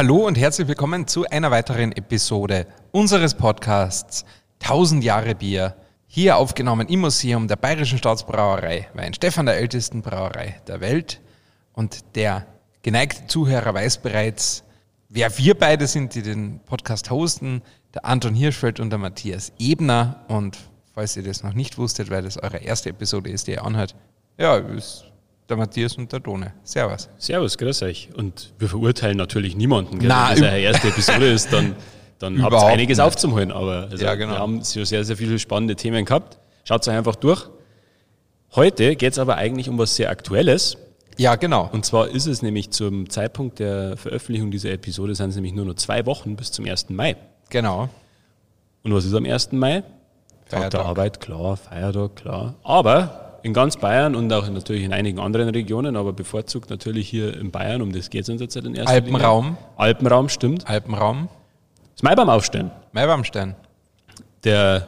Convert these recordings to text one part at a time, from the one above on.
Hallo und herzlich willkommen zu einer weiteren Episode unseres Podcasts 1000 Jahre Bier. Hier aufgenommen im Museum der Bayerischen Staatsbrauerei, Weinstefan, der ältesten Brauerei der Welt. Und der geneigte Zuhörer weiß bereits, wer wir beide sind, die den Podcast hosten, der Anton Hirschfeld und der Matthias Ebner. Und falls ihr das noch nicht wusstet, weil das eure erste Episode ist, die ihr anhört, ja, ist der Matthias und der Done. Servus. Servus, grüß euch. Und wir verurteilen natürlich niemanden. Wenn das eine erste Episode ist, dann habt ihr einiges aufzuholen. Aber ja, genau. Wir haben sehr, sehr viele spannende Themen gehabt. Schaut es euch einfach durch. Heute geht es aber eigentlich um was sehr Aktuelles. Ja, genau. Und zwar ist es nämlich zum Zeitpunkt der Veröffentlichung dieser Episode sind es nämlich nur noch 2 Wochen bis zum 1. Mai. Genau. Und was ist am 1. Mai? Tag der Arbeit, klar, Feiertag, klar. Aber in ganz Bayern und auch natürlich in einigen anderen Regionen, aber bevorzugt natürlich hier in Bayern, um das geht es uns jetzt in erster Alpenraum. Linie. Alpenraum, stimmt. Alpenraum. Das Maibaum aufstellen. Maibaumstein. Der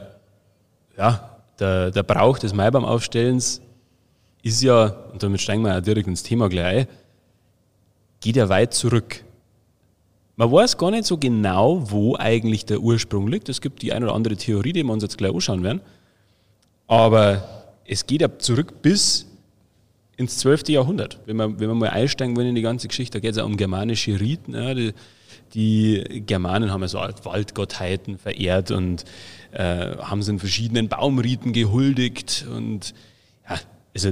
Brauch des Maibaumaufstellens ist ja, und damit steigen wir ja direkt ins Thema gleich ein, geht ja weit zurück. Man weiß gar nicht so genau, wo eigentlich der Ursprung liegt. Es gibt die eine oder andere Theorie, die wir uns jetzt gleich anschauen werden. Aber es geht ja zurück bis ins 12. Jahrhundert. Wenn wir mal einsteigen wollen in die ganze Geschichte, da geht es ja um germanische Riten. Ja, die Germanen haben ja so Waldgottheiten verehrt und haben sie in verschiedenen Baumriten gehuldigt. Und ja, also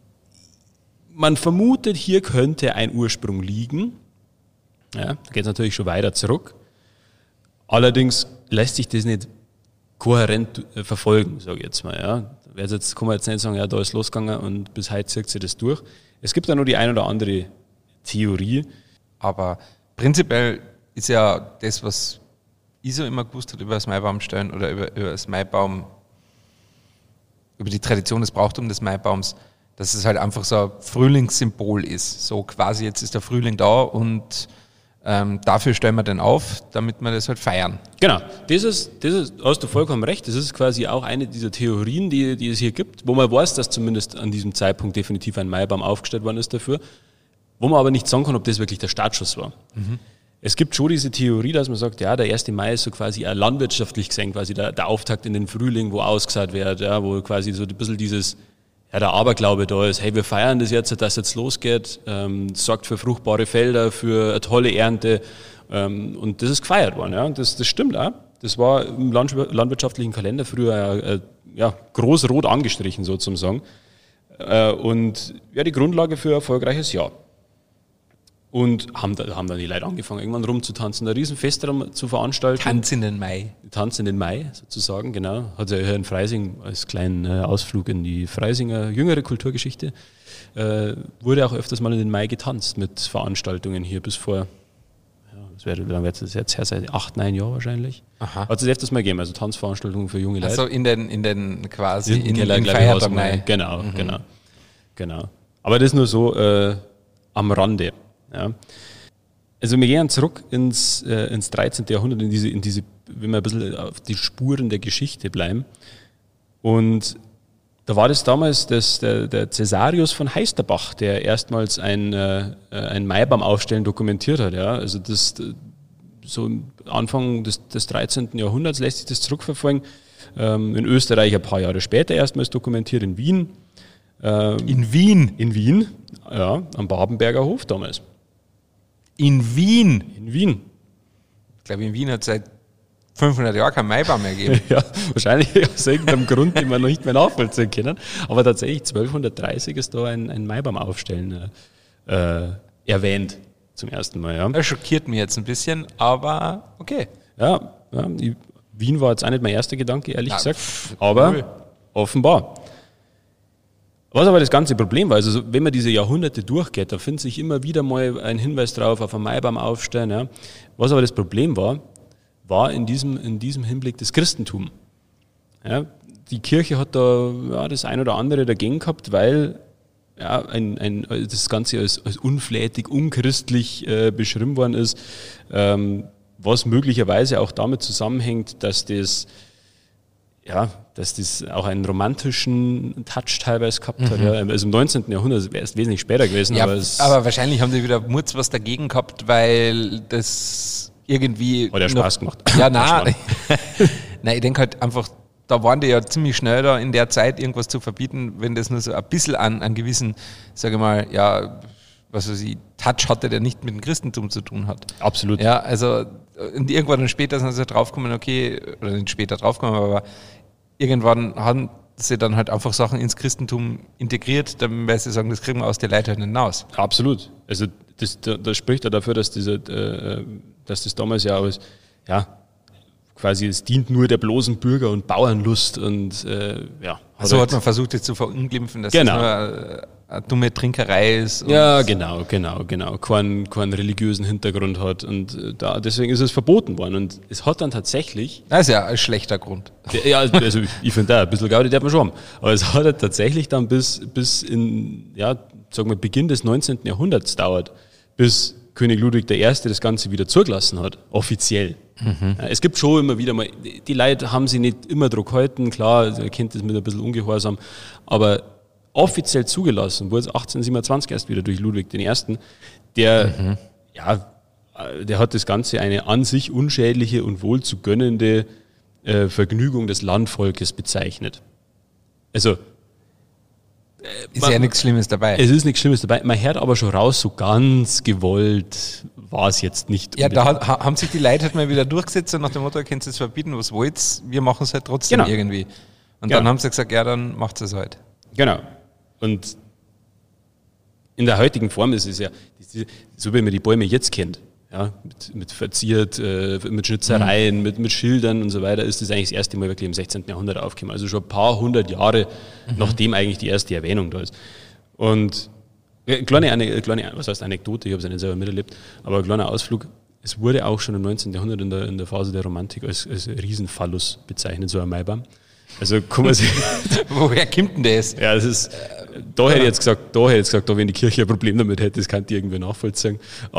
man vermutet, hier könnte ein Ursprung liegen. Ja, da geht es natürlich schon weiter zurück. Allerdings lässt sich das nicht kohärent verfolgen, sage ich jetzt mal. Ja. Jetzt kann man jetzt nicht sagen, ja, da ist losgegangen und bis heute zieht sich das durch. Es gibt da nur die ein oder andere Theorie. Aber prinzipiell ist ja das, was ich so immer gewusst habe über das Maibaumstellen oder über das Maibaum, über die Tradition des Brauchtums des Maibaums, dass es halt einfach so ein Frühlingssymbol ist. So quasi, jetzt ist der Frühling da und dafür stellen wir den auf, damit wir das halt feiern. Genau, das ist, hast du vollkommen recht, das ist quasi auch eine dieser Theorien, die es hier gibt, wo man weiß, dass zumindest an diesem Zeitpunkt definitiv ein Maibaum aufgestellt worden ist dafür, wo man aber nicht sagen kann, ob das wirklich der Startschuss war. Mhm. Es gibt schon diese Theorie, dass man sagt, ja, der 1. Mai ist so quasi auch landwirtschaftlich gesehen, quasi der Auftakt in den Frühling, wo ausgesät wird, ja, wo quasi so ein bisschen dieses, ja, der Aberglaube da ist, hey, wir feiern das jetzt, dass jetzt losgeht, sorgt für fruchtbare Felder, für eine tolle Ernte und das ist gefeiert worden. Ja. Das stimmt auch. Das war im landwirtschaftlichen Kalender früher groß rot angestrichen sozusagen und ja, die Grundlage für ein erfolgreiches Jahr. Und haben dann die Leute angefangen, irgendwann rumzutanzen, ein Riesenfest zu veranstalten. Tanz in den Mai. Tanz in den Mai, sozusagen, genau. Hat ja hier in Freising als kleinen Ausflug in die Freisinger jüngere Kulturgeschichte, wurde auch öfters mal in den Mai getanzt mit Veranstaltungen hier bis vor, wie lange wird es jetzt her, seit 8, 9 Jahren wahrscheinlich. Aha. Hat es öfters mal gegeben, also Tanzveranstaltungen für junge Leute. Also in den quasi in Feiertag Mai. Genau. Aber das nur so am Rande. Ja. Also wir gehen zurück ins 13. Jahrhundert, in diese, wenn wir ein bisschen auf die Spuren der Geschichte bleiben. Und da war das damals der Cäsarius von Heisterbach, der erstmals ein Maibaumaufstellen dokumentiert hat. Ja. Also das so Anfang des 13. Jahrhunderts lässt sich das zurückverfolgen. In Österreich ein paar Jahre später erstmals dokumentiert in Wien. In Wien? Ja, am Babenberger Hof damals. In Wien? In Wien. Ich glaube, in Wien hat es seit 500 Jahren keinen Maibaum mehr gegeben. Ja, wahrscheinlich aus irgendeinem Grund, den wir noch nicht mehr nachvollziehen können. Aber tatsächlich 1230 ist da ein Maibaumaufstellen erwähnt zum ersten Mal. Ja. Das schockiert mich jetzt ein bisschen, aber okay. Ja, Wien war jetzt auch nicht mein erster Gedanke, ehrlich gesagt. Aber offenbar. Was aber das ganze Problem war, also wenn man diese Jahrhunderte durchgeht, da findet sich immer wieder mal ein Hinweis drauf auf ein Maibaum aufstellen. Ja. Was aber das Problem war in diesem Hinblick das Christentum. Ja, die Kirche hat da das ein oder andere dagegen gehabt, weil das Ganze als unflätig, unchristlich beschrieben worden ist, was möglicherweise auch damit zusammenhängt, dass das ja, dass das auch einen romantischen Touch teilweise gehabt hat. Ja. Also im 19. Jahrhundert wäre es wesentlich später gewesen. Ja, aber wahrscheinlich haben die wieder Murz was dagegen gehabt, weil das irgendwie... hat ja Spaß gemacht. Ja, nein. Nein, ich denke halt einfach, da waren die ja ziemlich schnell da in der Zeit irgendwas zu verbieten, wenn das nur so ein bisschen an gewissen, sage ich mal, ja, was weiß ich, Touch hatte, der nicht mit dem Christentum zu tun hat. Absolut. Ja, also und irgendwann dann später sind sie draufgekommen, okay, oder nicht später draufgekommen, aber irgendwann haben sie dann halt einfach Sachen ins Christentum integriert, dann weil sie sagen, das kriegen wir aus der Leute halt nicht hinaus. Absolut. Also das spricht ja dafür, dass das damals ja alles, ja, quasi, es dient nur der bloßen Bürger- und Bauernlust und ja. Also hat man versucht, jetzt zu verunglimpfen, dass das nur eine dumme Trinkerei ist. Ja, genau. Keinen religiösen Hintergrund hat und deswegen ist es verboten worden und es hat dann tatsächlich... Das ist ja ein schlechter Grund. Ja, also ich finde da ein bisschen Gaudi darf man schon haben, aber es hat halt tatsächlich dann bis in, ja, sagen wir, Beginn des 19. Jahrhunderts dauert, bis König Ludwig I. das Ganze wieder zugelassen hat, offiziell. Es gibt schon immer wieder mal, die Leute haben sich nicht immer Druck gehalten, klar, ihr kennt das mit ein bisschen Ungehorsam, aber offiziell zugelassen wurde es 1827 erst wieder durch Ludwig I., der hat das Ganze eine an sich unschädliche und wohl zu gönnende Vergnügung des Landvolkes bezeichnet. Also ist ja nichts Schlimmes dabei. Es ist nichts Schlimmes dabei. Man hört aber schon raus, so ganz gewollt war es jetzt nicht. Ja, da haben sich die Leute halt mal wieder durchgesetzt und nach dem Motto, ihr könnt es jetzt verbieten, was wollt, wir machen es halt trotzdem irgendwie. Und dann haben sie gesagt, ja, dann macht es halt. Genau. Und in der heutigen Form ist es ja, so wie man die Bäume jetzt kennt, ja, mit verziert, mit Schnitzereien, mit Schildern und so weiter, ist das eigentlich das erste Mal wirklich im 16. Jahrhundert aufgekommen. Also schon ein paar hundert Jahre, nachdem eigentlich die erste Erwähnung da ist. Und kleine was heißt Anekdote, ich habe es ja nicht selber miterlebt, aber ein kleiner Ausflug, es wurde auch schon im 19. Jahrhundert in der Phase der Romantik als Riesenphallus bezeichnet, so ein Maibaum. Also kann man sich... Woher kommt denn das? Ja, das ist... Da hätte ich jetzt gesagt, wenn die Kirche ein Problem damit hätte, das kann ich irgendwie nachvollziehen.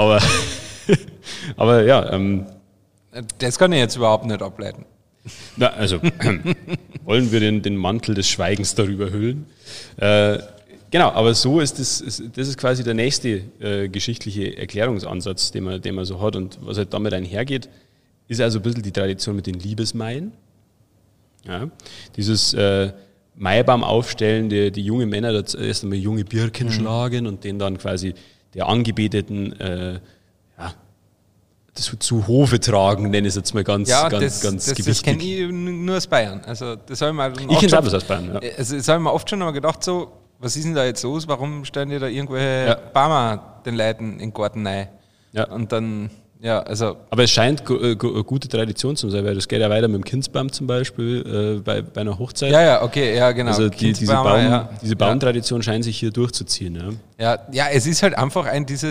Aber ja... das kann ich jetzt überhaupt nicht ableiten. Na, also wollen wir den Mantel des Schweigens darüber hüllen? Genau, aber so ist das ist quasi der nächste geschichtliche Erklärungsansatz, den man so hat. Und was halt damit einhergeht, ist also ein bisschen die Tradition mit den Liebesmeien. Ja, dieses Maibaum aufstellen, die junge Männer erst einmal junge Birken schlagen und den dann quasi der Angebeteten das zu Hofe tragen, nenne ich es jetzt mal ganz gewichtig. Das kenne ich nur aus Bayern. Also das habe ich mal ich kenne es auch aus Bayern, ja. Also das habe ich mir oft schon mal gedacht, so, was ist denn da jetzt los? Warum stellen die da irgendwelche Bäume den Leuten in den Garten rein? Ja. Und dann, ja, also... Aber es scheint eine gute Tradition zu sein, weil das geht ja weiter mit dem Kindsbaum zum Beispiel, bei einer Hochzeit. Ja, okay, ja, genau. Also diese Baumtradition scheint sich hier durchzuziehen. Ja, es ist halt einfach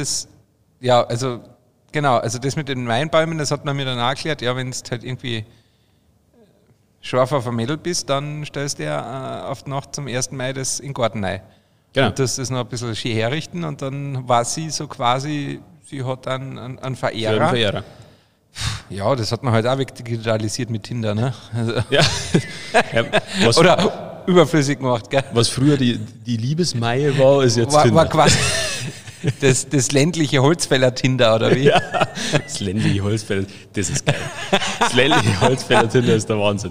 genau, also das mit den Weinbäumen, das hat man mir dann auch erklärt, ja, wenn du halt irgendwie scharf auf ein Mädel bist, dann stellst du ja auf die Nacht zum 1. Mai das in den Garten rein. Genau. Und das noch ein bisschen schön herrichten und dann war sie so quasi, sie hat dann einen Verehrer. Ja, das hat man halt auch wegdigitalisiert mit Tinder, ne? Also ja. Oder überflüssig gemacht, gell? Was früher die Liebesmeier war, ist jetzt Tinder. War quasi das ländliche Holzfäller-Tinder, oder wie? Ja, das ländliche Holzfäller, das ist geil. Das ländliche Holzfäller-Tinder ist der Wahnsinn.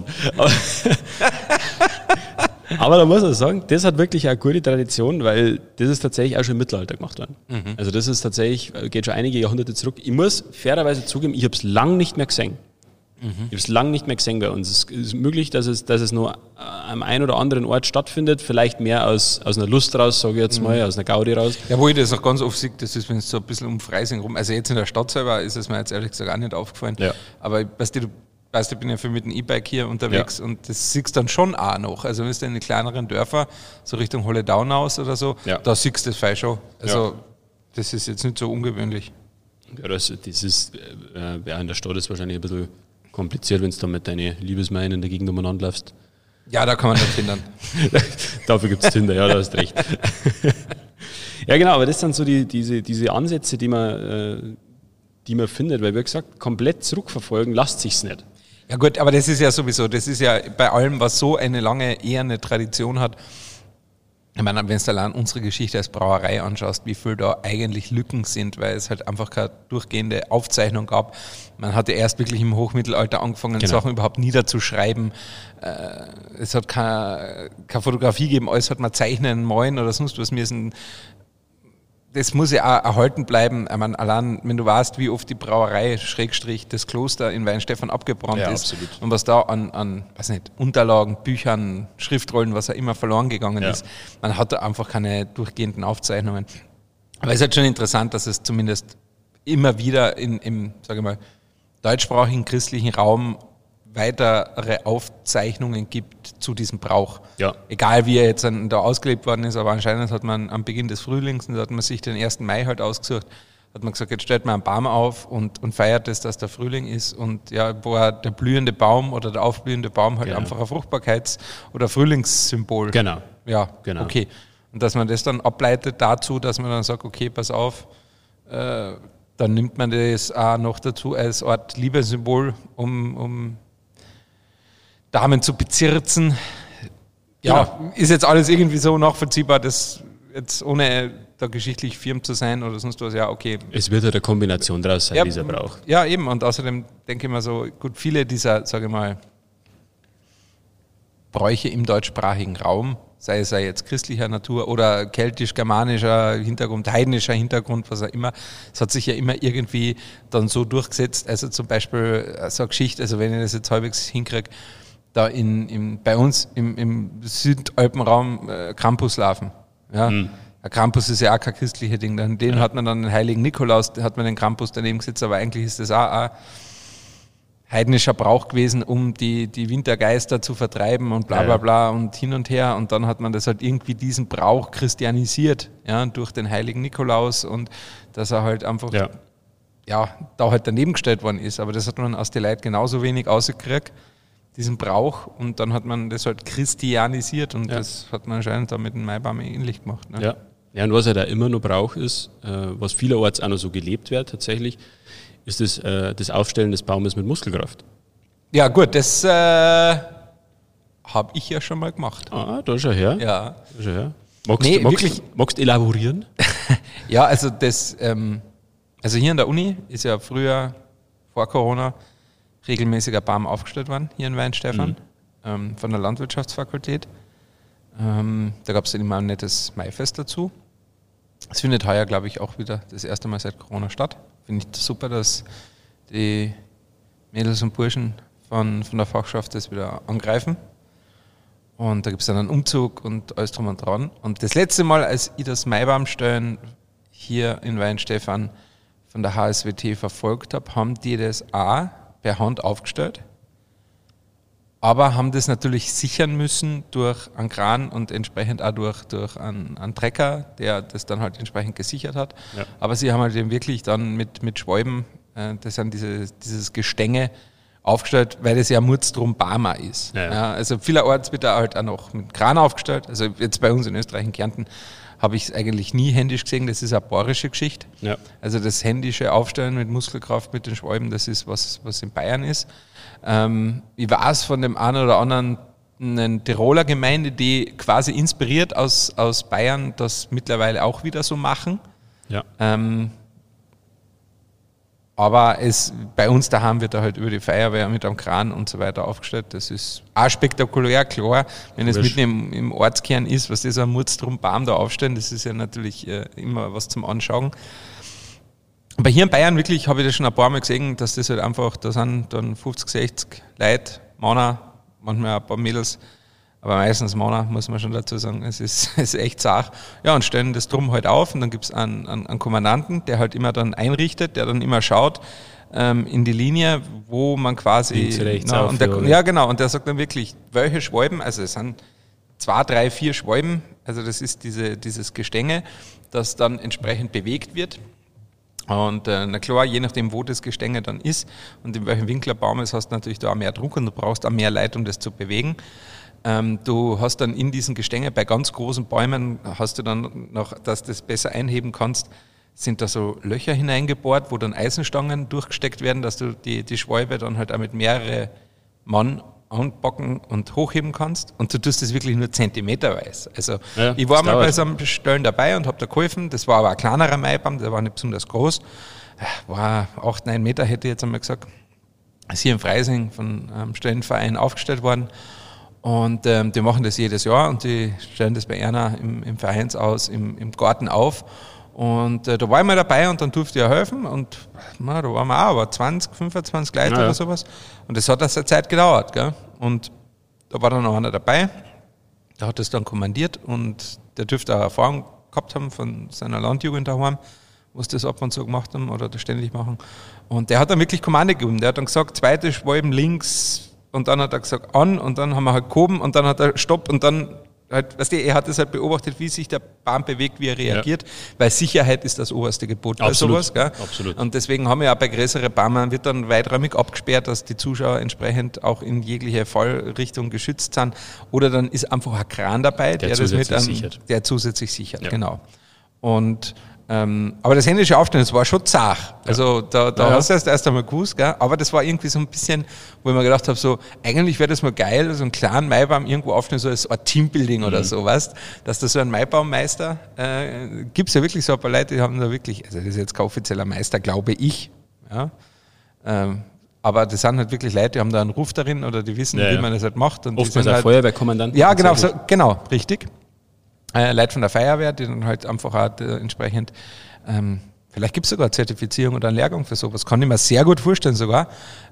Aber da muss man sagen, das hat wirklich eine gute Tradition, weil das ist tatsächlich auch schon im Mittelalter gemacht worden. Also das ist tatsächlich, geht schon einige Jahrhunderte zurück. Ich muss fairerweise zugeben, ich habe es lang nicht mehr gesehen. Ich habe es lange nicht mehr gesehen bei uns. Es ist möglich, dass es nur am einen oder anderen Ort stattfindet, vielleicht mehr aus einer Lust raus, sage ich jetzt mal, aus einer Gaudi raus. Ja, wo ich das auch ganz oft sehe, das ist, wenn es so ein bisschen um Freising rum, also jetzt in der Stadt selber ist es mir jetzt ehrlich gesagt auch nicht aufgefallen, aber weißt du, ich bin ja viel mit dem E-Bike hier unterwegs und das siehst du dann schon auch noch. Also wenn du in den kleineren Dörfer, so Richtung Holledaun aus oder so, da siehst du das Fall schon. Also das ist jetzt nicht so ungewöhnlich. Ja, das ist, in der Stadt ist wahrscheinlich ein bisschen kompliziert, wenn du da mit deinen Liebesmeien in der Gegend umeinander läufst. Ja, da kann man nicht hindern. Dafür gibt es Tinder, ja, da hast recht. Ja, genau, aber das sind so diese Ansätze, die man findet, weil wie gesagt, komplett zurückverfolgen lässt sich's nicht. Ja gut, aber das ist ja sowieso, das ist ja bei allem, was so eine lange, eher eine Tradition hat. Ich meine, wenn du allein unsere Geschichte als Brauerei anschaust, wie viel da eigentlich Lücken sind, weil es halt einfach keine durchgehende Aufzeichnung gab. Man hatte erst wirklich im Hochmittelalter angefangen, Sachen überhaupt niederzuschreiben. Es hat keine Fotografie gegeben, alles hat man zeichnen, malen oder sonst was müssen. Das muss ja auch erhalten bleiben. Ich meine, allein, wenn du weißt, wie oft die Brauerei, Schrägstrich, das Kloster in Weinstefan abgebrannt ist absolut. und was da an weiß nicht, Unterlagen, Büchern, Schriftrollen, was auch immer verloren gegangen ist, man hat da einfach keine durchgehenden Aufzeichnungen. Aber es ist halt schon interessant, dass es zumindest immer wieder im, sage ich mal, deutschsprachigen christlichen Raum weitere Aufzeichnungen gibt zu diesem Brauch. Ja. Egal wie er jetzt da ausgelebt worden ist, aber anscheinend hat man am Beginn des Frühlings, da hat man sich den 1. Mai halt ausgesucht, hat man gesagt, jetzt stellt man einen Baum auf und feiert es, dass der Frühling ist und ja, wo der blühende Baum oder der aufblühende Baum halt einfach ein Fruchtbarkeits- oder Frühlingssymbol. Genau. Ja, Genau. okay. Und dass man das dann ableitet dazu, dass man dann sagt, okay, pass auf, dann nimmt man das auch noch dazu als Art Liebessymbol, um Damen zu bezirzen. Ja, ist jetzt alles irgendwie so nachvollziehbar, dass jetzt ohne da geschichtlich firm zu sein oder sonst was, ja, okay. Es wird ja eine Kombination draus sein, dieser Brauch. Ja, eben. Und außerdem denke ich mir so, gut, viele dieser, sage ich mal, Bräuche im deutschsprachigen Raum, sei es ja jetzt christlicher Natur oder keltisch-germanischer Hintergrund, heidnischer Hintergrund, was auch immer, es hat sich ja immer irgendwie dann so durchgesetzt. Also zum Beispiel so eine Geschichte, also wenn ich das jetzt halbwegs hinkriege, da bei uns im Südalpenraum Krampuslaufen. Ja. Der Krampus ist ja auch kein christliches Ding. Den hat man dann den heiligen Nikolaus, hat man den Krampus daneben gesetzt, aber eigentlich ist das auch ein heidnischer Brauch gewesen, um die Wintergeister zu vertreiben und bla bla bla und hin und her. Und dann hat man das halt irgendwie diesen Brauch christianisiert, ja, durch den heiligen Nikolaus und dass er halt einfach da halt daneben gestellt worden ist. Aber das hat man aus den Leuten genauso wenig rausgekriegt, diesen Brauch, und dann hat man das halt christianisiert und das hat man anscheinend da mit dem Maibaum ähnlich gemacht. Ne? Ja, und was ja da immer noch Brauch ist, was vielerorts auch noch so gelebt wird tatsächlich, ist das Aufstellen des Baumes mit Muskelkraft. Ja gut, das habe ich ja schon mal gemacht. Ah, da schau her. Ja. Da schau her. Magst du elaborieren? Ja, also also hier in der Uni ist ja früher, vor Corona, regelmäßiger Baum aufgestellt worden, hier in Weinstefan, von der Landwirtschaftsfakultät. Da gab es dann immer ein nettes Maifest dazu. Es findet heuer, glaube ich, auch wieder das erste Mal seit Corona statt. Finde ich super, dass die Mädels und Burschen von der Fachschaft das wieder angreifen. Und da gibt es dann einen Umzug und alles drum und dran. Und das letzte Mal, als ich das Maibaumstellen hier in Weinstefan von der HSWT verfolgt habe, haben die das auch per Hand aufgestellt, aber haben das natürlich sichern müssen durch einen Kran und entsprechend auch durch einen Trecker, der das dann halt entsprechend gesichert hat. Ja. Aber sie haben halt eben wirklich dann mit Schwalben, das sind dieses Gestänge aufgestellt, weil das ja Murzdrum Barma ist. Ja. Ja, also vielerorts wird da halt auch noch mit Kran aufgestellt. Also jetzt bei uns in Österreich, in Kärnten, habe ich es eigentlich nie händisch gesehen, das ist eine bayerische Geschichte. Ja. Also das händische Aufstellen mit Muskelkraft, mit den Schwalben, das ist was in Bayern ist. Ich weiß von dem einen oder anderen eine Tiroler Gemeinde, die quasi inspiriert aus Bayern das mittlerweile auch wieder so machen. Ja. Aber bei uns daheim wird da halt über die Feuerwehr mit einem Kran und so weiter aufgestellt. Das ist auch spektakulär, klar. Wenn es mitten im Ortskern ist, was das ein Murzdrum-Baum da aufstellen, das ist ja natürlich immer was zum Anschauen. Aber hier in Bayern wirklich habe ich das schon ein paar Mal gesehen, dass das halt einfach, da sind dann 50, 60 Leute, Männer, manchmal ein paar Mädels, aber meistens Männer, muss man schon dazu sagen, es ist echt zart. Ja, und stellen das drum halt auf und dann gibt es einen Kommandanten, der halt immer dann einrichtet, der dann immer schaut in die Linie, wo man quasi... Links, rechts, ja, genau, und der sagt dann wirklich, welche Schwalben, also es sind 2, 3, 4 Schwalben, also das ist dieses Gestänge, das dann entsprechend bewegt wird. Und na klar, je nachdem, wo das Gestänge dann ist und in welchem Winkel der Baum ist, hast du natürlich da auch mehr Druck und du brauchst auch mehr Leute, um das zu bewegen. Du hast dann in diesen Gestänge, bei ganz großen Bäumen, hast du dann noch, dass du das besser einheben kannst, sind da so Löcher hineingebohrt, wo dann Eisenstangen durchgesteckt werden, dass du die Schwalbe dann halt auch mit mehrere Mann anpacken und hochheben kannst und du tust das wirklich nur zentimeterweise. Also Ja, ich war das mal bei dauert. so einem Stellen dabei und habe da geholfen. Das war aber ein kleinerer Maibaum, der war nicht besonders groß. War 8, 9 Meter, hätte ich jetzt einmal gesagt. Ist hier in Freising von einem Stellenverein aufgestellt worden. Und die machen das jedes Jahr und die stellen das bei Erna im Vereinshaus im Garten auf. Und da war ich mal dabei und dann durfte ich ja helfen. Und da waren wir auch, aber 20, 25 Leute oder sowas. Und das hat also eine Zeit gedauert. Gell? Und da war dann noch einer dabei, der hat das dann kommandiert und der dürfte auch Erfahrung gehabt haben von seiner Landjugend daheim, wo sie das ab und zu gemacht haben oder das ständig machen. Und der hat dann wirklich Kommando gegeben. Der hat dann gesagt, zweite Schwalben links und dann hat er gesagt an und dann haben wir halt gehoben und dann hat er Stopp und dann halt, weißt du, er hat das halt beobachtet, wie sich der Baum bewegt, wie er reagiert, weil Sicherheit ist das oberste Gebot bei sowas. Gell? Absolut. Und deswegen haben wir ja bei größeren Bäumen, wird dann weiträumig abgesperrt, dass die Zuschauer entsprechend auch in jegliche Fallrichtung geschützt sind. Oder dann ist einfach ein Kran dabei, der zusätzlich sichert. Ja. Genau. Und aber das händische Aufstellen, das war schon zart. Also da hast du erst einmal gewusst, gell? Aber das war irgendwie so ein bisschen, wo ich mir gedacht habe, so eigentlich wäre das mal geil, so einen kleinen Maibaum irgendwo aufstellen, so als Art Teambuilding oder so, weißt, dass da so ein Maibaummeister, gibt es ja wirklich so ein paar Leute, die haben da wirklich, also das ist jetzt kein offizieller Meister, glaube ich, ja, aber das sind halt wirklich Leute, die haben da einen Ruf darin oder die wissen, wie man das halt macht. Und oftmals die ein halt, Feuerwehrkommandant. ja, genau, richtig. Leute von der Feuerwehr, die dann halt einfach auch entsprechend, vielleicht gibt es sogar eine Zertifizierung oder eine Lehrgang für sowas, kann ich mir sehr gut vorstellen sogar,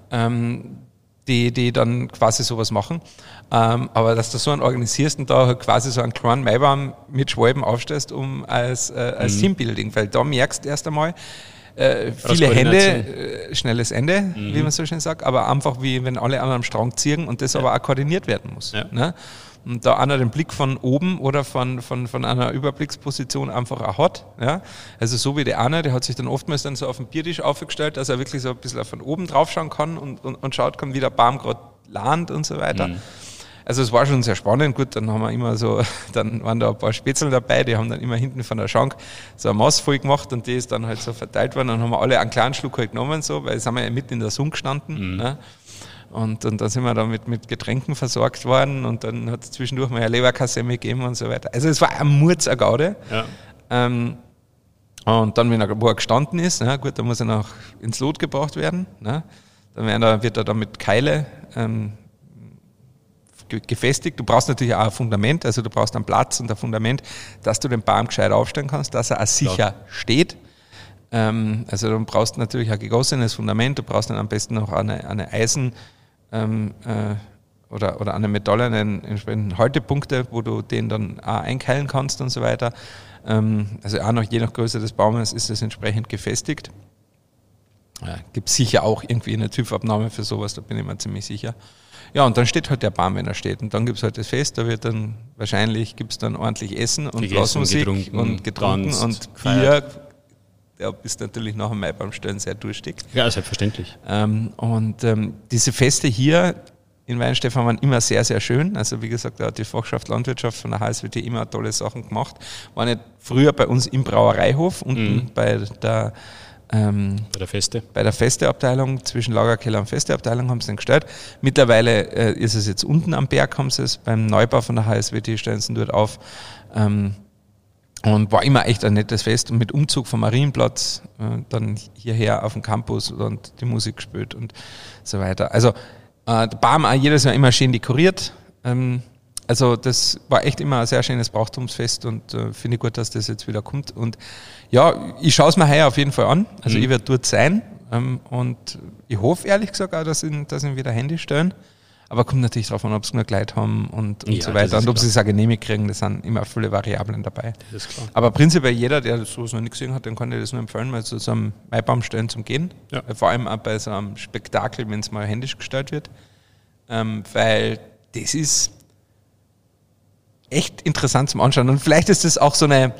die dann quasi sowas machen. Aber dass du so einen organisierst und da halt quasi so einen kleinen Maibaum mit Schwalben aufstellst, um als Teambuilding, weil da merkst du erst einmal, viele Hände, schnelles Ende, wie man so schön sagt, aber einfach wie wenn alle anderen am Strang ziehen und das aber auch koordiniert werden muss. Ja. Ne? Und da einer den Blick von oben oder von einer Überblicksposition einfach auch hat. Ja? Also so wie der hat sich dann oftmals dann so auf den Biertisch aufgestellt, dass er wirklich so ein bisschen von oben drauf schauen kann und schaut kann, wie der Baum gerade landet und so weiter. Also es war schon sehr spannend. Gut, dann haben wir immer so, dann waren da ein paar Spätzle dabei, die haben dann immer hinten von der Schank so ein Maß voll gemacht und die ist dann halt so verteilt worden. Dann haben wir alle einen kleinen Schluck halt genommen, so, weil sind wir ja mitten in der Sonne gestanden. Ne? Und dann sind wir da mit Getränken versorgt worden und dann hat es zwischendurch mal eine Leberkassemme gegeben und so weiter. Also es war ein Murz-Gaude. Ja. Und dann, wo er gestanden ist, ne, gut, da muss er noch ins Lot gebracht werden. Ne? Dann wird er dann mit Keile gefestigt. Du brauchst natürlich auch ein Fundament, also du brauchst einen Platz und ein Fundament, dass du den Baum gescheit aufstellen kannst, dass er auch sicher steht. Also du brauchst natürlich ein gegossenes Fundament, du brauchst dann am besten noch eine Eisen- oder eine metallenen entsprechenden Haltepunkte, wo du den dann auch einkeilen kannst und so weiter. Also auch noch je nach Größe des Baumes ist das entsprechend gefestigt. Gibt sicher auch irgendwie eine TÜV-Abnahme für sowas, da bin ich mir ziemlich sicher. Ja, und dann steht halt der Baum, wenn er steht. Und dann gibt es halt das Fest, da wird dann wahrscheinlich gibt's dann ordentlich Essen und Blasmusik und getrunken und Bier. Ja, bist natürlich nach dem Maibaumstellen sehr durstig. Ja, selbstverständlich. Diese Feste hier in Weihenstephan waren immer sehr, sehr schön. Also wie gesagt, da hat die Fachschaft Landwirtschaft von der HSWT immer tolle Sachen gemacht. War nicht früher bei uns im Brauereihof, unten bei der Festeabteilung, zwischen Lagerkeller und Festeabteilung haben sie den gestellt. Mittlerweile ist es jetzt unten am Berg, haben sie es beim Neubau von der HSWT, stellen sie dort auf. Und war immer echt ein nettes Fest. Und mit Umzug vom Marienplatz dann hierher auf den Campus und die Musik gespielt und so weiter. Also der Baum auch jedes Jahr immer schön dekoriert. Also das war echt immer ein sehr schönes Brauchtumsfest und finde ich gut, dass das jetzt wieder kommt. Und ja, ich schaue es mir heuer auf jeden Fall an. Also ich werde dort sein und ich hoffe ehrlich gesagt auch, dass ihn wieder Handy stellen. Aber kommt natürlich darauf an, ob sie nur Gleit haben und so weiter. Und ob sie es auch genehmigt kriegen, das sind immer viele Variablen dabei. Das ist klar. Aber prinzipiell jeder, der sowas noch nicht gesehen hat, dem kann ich das nur empfehlen, mal zu so einem Maibaumstellen zum Gehen. Ja. Vor allem auch bei so einem Spektakel, wenn es mal händisch gestellt wird. Weil das ist echt interessant zum Anschauen. Und vielleicht ist das auch so eine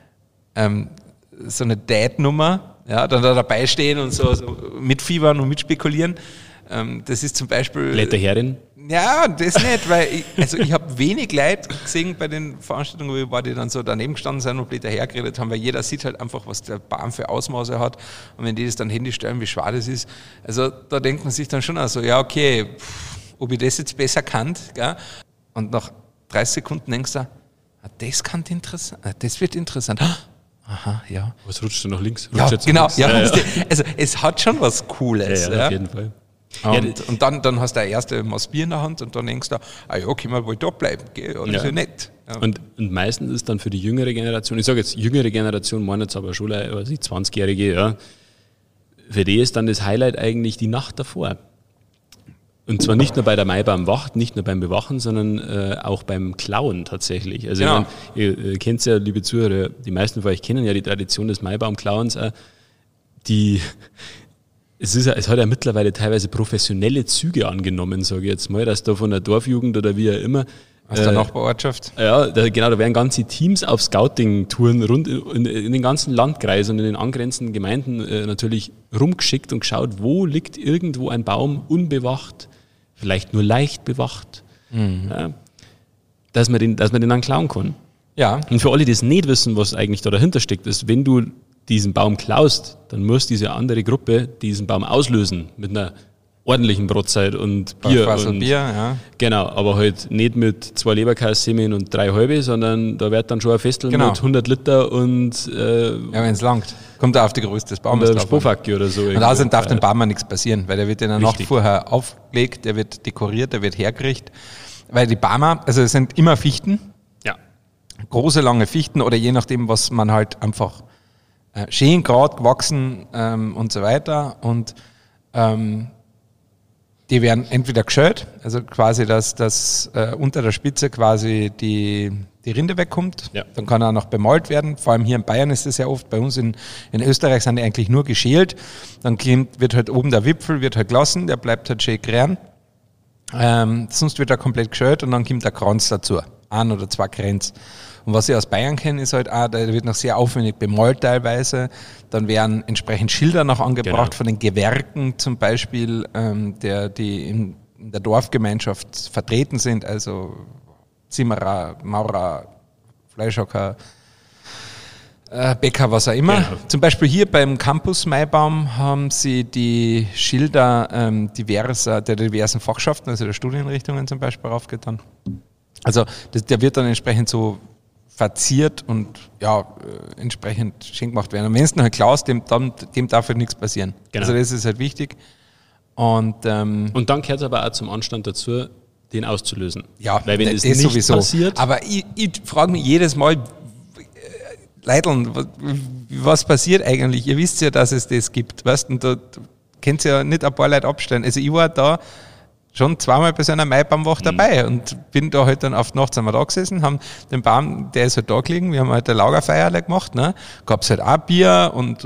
Date-Nummer, ja, dann da dabei stehen und so mitfiebern und mitspekulieren. Das ist zum Beispiel... Blätterherrin? Ja, das nicht, weil ich habe wenig Leute gesehen bei den Veranstaltungen, wo ich war, die dann so daneben gestanden sind und Blätter hergeredet haben, weil jeder sieht halt einfach, was der Baum für Ausmaße hat und wenn die das dann händisch stellen, wie schwer das ist. Also da denkt man sich dann schon auch so, ja okay, ob ich das jetzt besser kann. Gell? Und nach 30 Sekunden denkst du, das wird interessant. Aha, ja. Was rutscht denn nach links? Ja, genau. Links? Ja. Also es hat schon was Cooles. Ja, auf jeden Fall. Und dann hast du ein erstes Maß Bier in der Hand und dann denkst du, können wir wohl da bleiben, gell? Oder ist ja nett. Ja. Und meistens ist dann für die jüngere Generation, ich sage jetzt jüngere Generation, meine jetzt aber schon 20-Jährige, ja, für die ist dann das Highlight eigentlich die Nacht davor. Und zwar nicht nur bei der Maibaumwacht, nicht nur beim Bewachen, sondern auch beim Klauen tatsächlich. Also genau. Ihr kennt es ja, liebe Zuhörer, die meisten von euch kennen ja die Tradition des Maibaumklauens. Es hat ja mittlerweile teilweise professionelle Züge angenommen, sage ich jetzt mal, dass da von der Dorfjugend oder wie auch immer. Aus der Nachbarortschaft? Ja, da werden ganze Teams auf Scouting-Touren rund in den ganzen Landkreis und in den angrenzenden Gemeinden natürlich rumgeschickt und geschaut, wo liegt irgendwo ein Baum unbewacht, vielleicht nur leicht bewacht, ja, dass man den dann klauen kann. Ja. Und für alle, die es nicht wissen, was eigentlich da dahinter steckt, ist, wenn du diesen Baum klaust, dann muss diese andere Gruppe diesen Baum auslösen mit einer ordentlichen Brotzeit und Bier. Bier, ja. Genau, aber halt nicht mit 2 Leberkässemmeln und 3 halbe, sondern da wird dann schon ein Festel mit 100 Liter und wenn es langt. Kommt auf die Größe des Baumes drauf. Spofacke oder so. Und außerdem darf dem Baum nichts passieren, weil der wird in der Nacht vorher aufgelegt, der wird dekoriert, der wird hergerichtet. Weil die Bäume, also es sind immer Fichten. Ja. Große, lange Fichten oder je nachdem, was man halt einfach schön gerade gewachsen und so weiter. Und die werden entweder geschält, also quasi, dass unter der Spitze quasi die Rinde wegkommt. Ja. Dann kann er noch bemalt werden. Vor allem hier in Bayern ist das ja oft. Bei uns in Österreich sind die eigentlich nur geschält. Dann wird halt oben der Wipfel wird halt gelassen, der bleibt halt schön grün. Sonst wird er komplett geschält und dann kommt der Kranz dazu. 1 oder 2 Kränze. Und was ich aus Bayern kenne, ist halt auch, da wird noch sehr aufwendig bemalt teilweise. Dann werden entsprechend Schilder noch angebracht von den Gewerken zum Beispiel, die in der Dorfgemeinschaft vertreten sind, also Zimmerer, Maurer, Fleischhocker, Bäcker, was auch immer. Genau. Zum Beispiel hier beim Campus Maibaum haben sie die Schilder der diversen Fachschaften, also der Studienrichtungen zum Beispiel raufgetan. Also der wird dann entsprechend so verziert und entsprechend schön gemacht werden. Und wenn es noch ein Klaus, dem darf halt nichts passieren. Genau. Also das ist halt wichtig. Und dann gehört es aber auch zum Anstand dazu, den auszulösen. Ja, weil wenn das nicht sowieso passiert... Aber ich frage mich jedes Mal, Leiteln, was passiert eigentlich? Ihr wisst ja, dass es das gibt. Weißt? Und da könnt ihr ja nicht ein paar Leute abstellen. Also ich war da schon 2-mal bei so einer Maibaumwacht dabei und bin da halt dann auf die Nacht sind wir da gesessen, haben den Baum, der ist halt da gelegen, wir haben halt eine Lagerfeier gemacht, ne? Gab es halt auch Bier und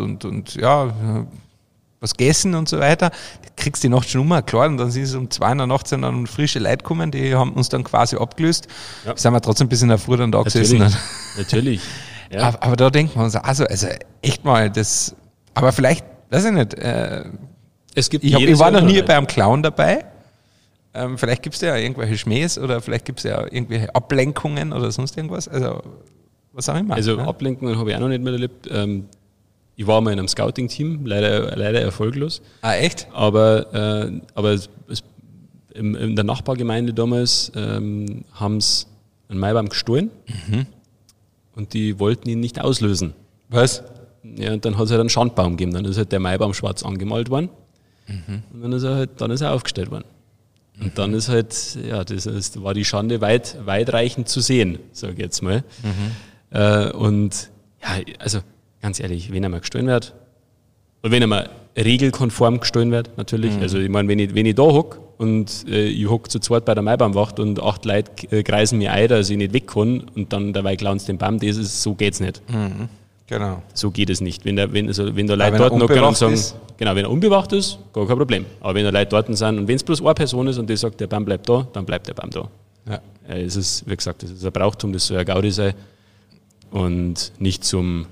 was gegessen und so weiter. Du kriegst die Nacht schon klar, und dann sind es um 2 in der Nacht sind dann frische Leute gekommen, die haben uns dann quasi abgelöst. Ja. Sind wir trotzdem bis in der Früh dann da gesessen. Natürlich. Ja. Aber da denkt man uns also echt mal, das, aber vielleicht, weiß ich nicht, ich war noch nie bei einem Clown dabei. Vielleicht gibt es ja irgendwelche Schmähs oder vielleicht gibt es ja irgendwelche Ablenkungen oder sonst irgendwas. Also, was auch immer. Also, Ablenkungen habe ich auch noch nicht miterlebt. Ich war mal in einem Scouting-Team, leider erfolglos. Ah, echt? Aber in der Nachbargemeinde damals haben sie einen Maibaum gestohlen und die wollten ihn nicht auslösen. Was? Ja, und dann hat es halt einen Schandbaum gegeben. Dann ist halt der Maibaum schwarz angemalt worden und dann ist er aufgestellt worden. Und dann ist halt, war die Schande weitreichend zu sehen, sage ich jetzt mal. Und ja, also ganz ehrlich, wenn er mal gestohlen wird, und wenn er mal regelkonform gestohlen wird, natürlich. Also ich meine, wenn ich da hocke und ich hocke zu zweit bei der Maibaumwacht und 8 Leute kreisen mir ein, dass ich nicht weg kann und dann dabei klauen sie den Baum, so geht's nicht. Genau. So geht es nicht. Wenn da Leute dort noch können und sagen, genau, wenn er unbewacht ist, gar kein Problem. Aber wenn da Leute dort sind und wenn es bloß eine Person ist und die sagt, der Baum bleibt da, dann bleibt der Baum da. Ja. Es ist, wie gesagt, das ist ein Brauchtum, das soll ein Gaudi sein und nicht zu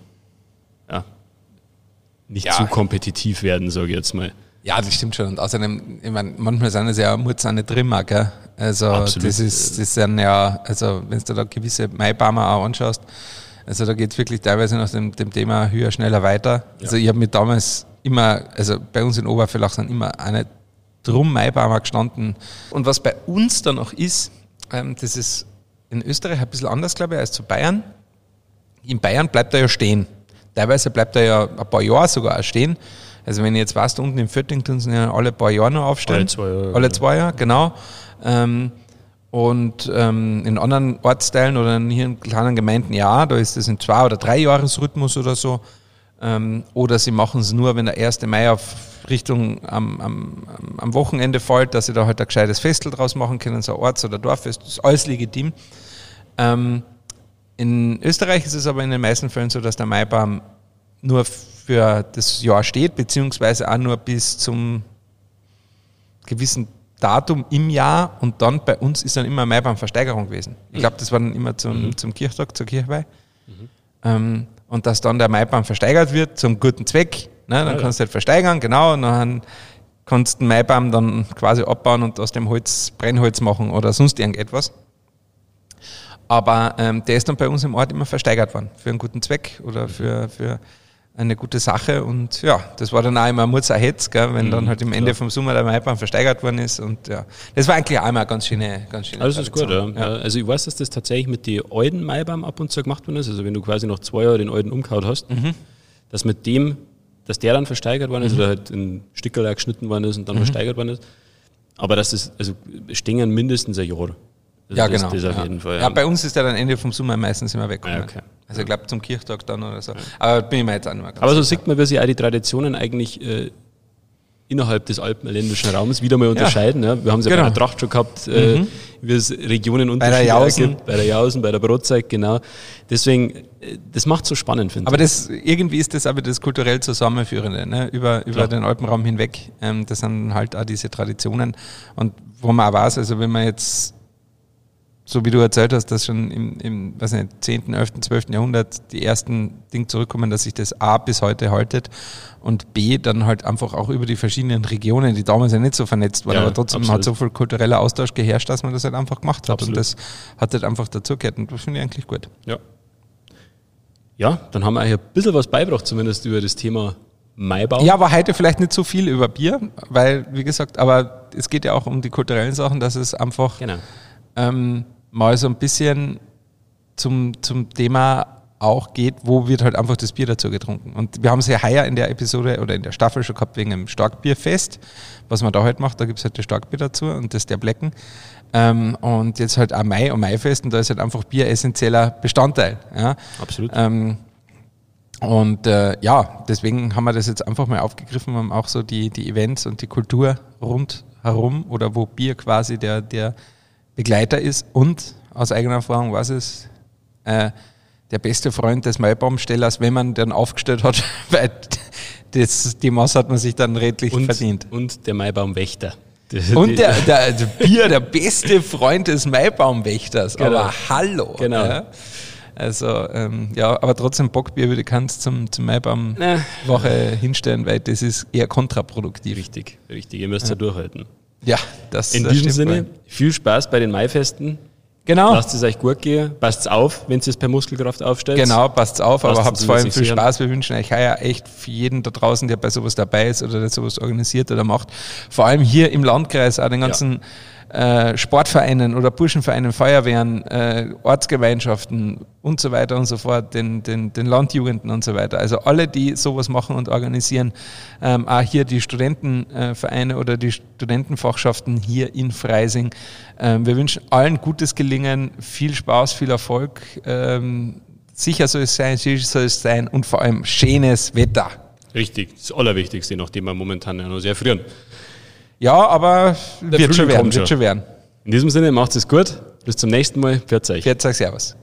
kompetitiv werden, sage ich jetzt mal. Ja, das stimmt schon. Und außerdem, ich meine, manchmal sind es ja Mutzane Trimmer, gell? Also absolut. Das sind ja, also wenn du da gewisse Maibaumer auch anschaust, also da geht es wirklich teilweise nach dem Thema höher, schneller, weiter. Ja. Also ich habe mich damals immer, also bei uns in Obervillach sind immer eine drum Maibaum auch gestanden. Und was bei uns dann auch ist, das ist in Österreich ein bisschen anders, glaube ich, als zu Bayern. In Bayern bleibt er ja stehen. Teilweise bleibt er ja ein paar Jahre sogar auch stehen. Also wenn ich jetzt weißt, unten im Vierting tun sie ja alle paar Jahre noch aufstellen. Alle 2 Jahre, genau. Und in anderen Ortsteilen oder hier in kleinen Gemeinden, ja, da ist das in 2 oder 3 Jahresrhythmus oder so. Oder sie machen es nur, wenn der 1. Mai auf Richtung am Wochenende fällt, dass sie da halt ein gescheites Festel draus machen können, so ein Orts- oder Dorffest, das ist alles legitim. In Österreich ist es aber in den meisten Fällen so, dass der Maibaum nur für das Jahr steht, beziehungsweise auch nur bis zum gewissen Datum im Jahr, und dann bei uns ist dann immer Maibaumversteigerung gewesen. Ich glaube, das war dann immer zum Kirchtag, zur Kirchweih. Und dass dann der Maibaum versteigert wird zum guten Zweck, ne? Dann kannst du halt versteigern, genau, und dann kannst du den Maibaum dann quasi abbauen und aus dem Holz Brennholz machen oder sonst irgendetwas. Aber der ist dann bei uns im Ort immer versteigert worden, für einen guten Zweck oder für eine gute Sache. Und ja, das war dann auch immer ein Mutzer-Hetz, wenn dann halt im Ende vom Sommer der Maibaum versteigert worden ist. Und ja, das war eigentlich auch immer eine ganz schöne Also das ist gut, ja. Also ich weiß, dass das tatsächlich mit den alten Maibaum ab und zu gemacht worden ist. Also wenn du quasi noch 2 Jahre den alten umgehauen hast, dass mit dem, dass der dann versteigert worden ist oder halt in Stickerl geschnitten worden ist und dann versteigert worden ist. Aber das ist, also stehen mindestens ein Jahr. Also ja, das, genau. Das auf jeden Fall, ja, bei uns ist der dann Ende vom Sommer meistens immer weg. Okay. Also ich glaube zum Kirchtag dann oder so. Aber bin ich mir jetzt auch nicht mehr ganz Aber so sicher. sieht man, wie sich auch die Traditionen eigentlich innerhalb des alpenländischen Raums wieder mal unterscheiden. Ja. Wir haben es ja bei der Tracht schon gehabt, wie es Regionen Unterschiede gibt. Bei der Jausen, bei der Brotzeit, genau. Deswegen, das macht es so spannend, finde ich. Aber das, irgendwie ist das aber das kulturell Zusammenführende, ne? über den Alpenraum hinweg. Das sind halt auch diese Traditionen. Und wo man auch weiß, also wenn man jetzt, so wie du erzählt hast, dass schon im weiß nicht, 10., 11., 12. Jahrhundert die ersten Dinge zurückkommen, dass sich das A bis heute haltet und B dann halt einfach auch über die verschiedenen Regionen, die damals ja nicht so vernetzt waren, aber trotzdem hat so viel kultureller Austausch geherrscht, dass man das halt einfach gemacht hat. Absolut. Und das hat halt einfach dazugehört und das finde ich eigentlich gut. Ja. Ja, dann haben wir eigentlich ein bisschen was beigebracht, zumindest über das Thema Maibaum. Ja, aber heute vielleicht nicht so viel über Bier, weil, wie gesagt, aber es geht ja auch um die kulturellen Sachen, dass es einfach mal so ein bisschen zum Thema auch geht, wo wird halt einfach das Bier dazu getrunken. Und wir haben es ja heuer in der Episode oder in der Staffel schon gehabt wegen dem Starkbierfest, was man da halt macht, da gibt es halt das Starkbier dazu und das der Blecken. Und jetzt halt auch Mai und Maifest und da ist halt einfach Bier essentieller Bestandteil. Ja. Absolut. Deswegen haben wir das jetzt einfach mal aufgegriffen, haben auch so die Events und die Kultur rundherum oder wo Bier quasi der Begleiter ist und aus eigener Erfahrung weiß es der beste Freund des Maibaumstellers, wenn man den aufgestellt hat, weil die Maß hat man sich dann redlich verdient. Und der Maibaumwächter. Und der Bier, der beste Freund des Maibaumwächters. Genau. Aber hallo. Genau. Ja. Also, aber trotzdem Bockbier würde ich kannst zum Maibaumwoche hinstellen, weil das ist eher kontraproduktiv. Richtig. Ihr müsst ja durchhalten. Ja, das in diesem Sinne, viel Spaß bei den Maifesten. Genau. Lasst es euch gut gehen. Passt auf, wenn ihr es per Muskelkraft aufstellt. Genau, passt auf, aber habt vor allem viel Spaß. Wir wünschen euch heuer echt für jeden da draußen, der bei sowas dabei ist oder der sowas organisiert oder macht. Vor allem hier im Landkreis, auch den ganzen Sportvereinen oder Burschenvereinen, Feuerwehren, Ortsgemeinschaften und so weiter und so fort, den Landjugenden und so weiter. Also alle, die sowas machen und organisieren, auch hier die Studentenvereine oder die Studentenfachschaften hier in Freising. Wir wünschen allen gutes Gelingen, viel Spaß, viel Erfolg. Sicher soll es sein und vor allem schönes Wetter. Richtig, das Allerwichtigste, nachdem wir momentan ja noch sehr frieren. Ja, aber wird schon werden. In diesem Sinne, macht es gut. Bis zum nächsten Mal. Pfiat euch. Servus.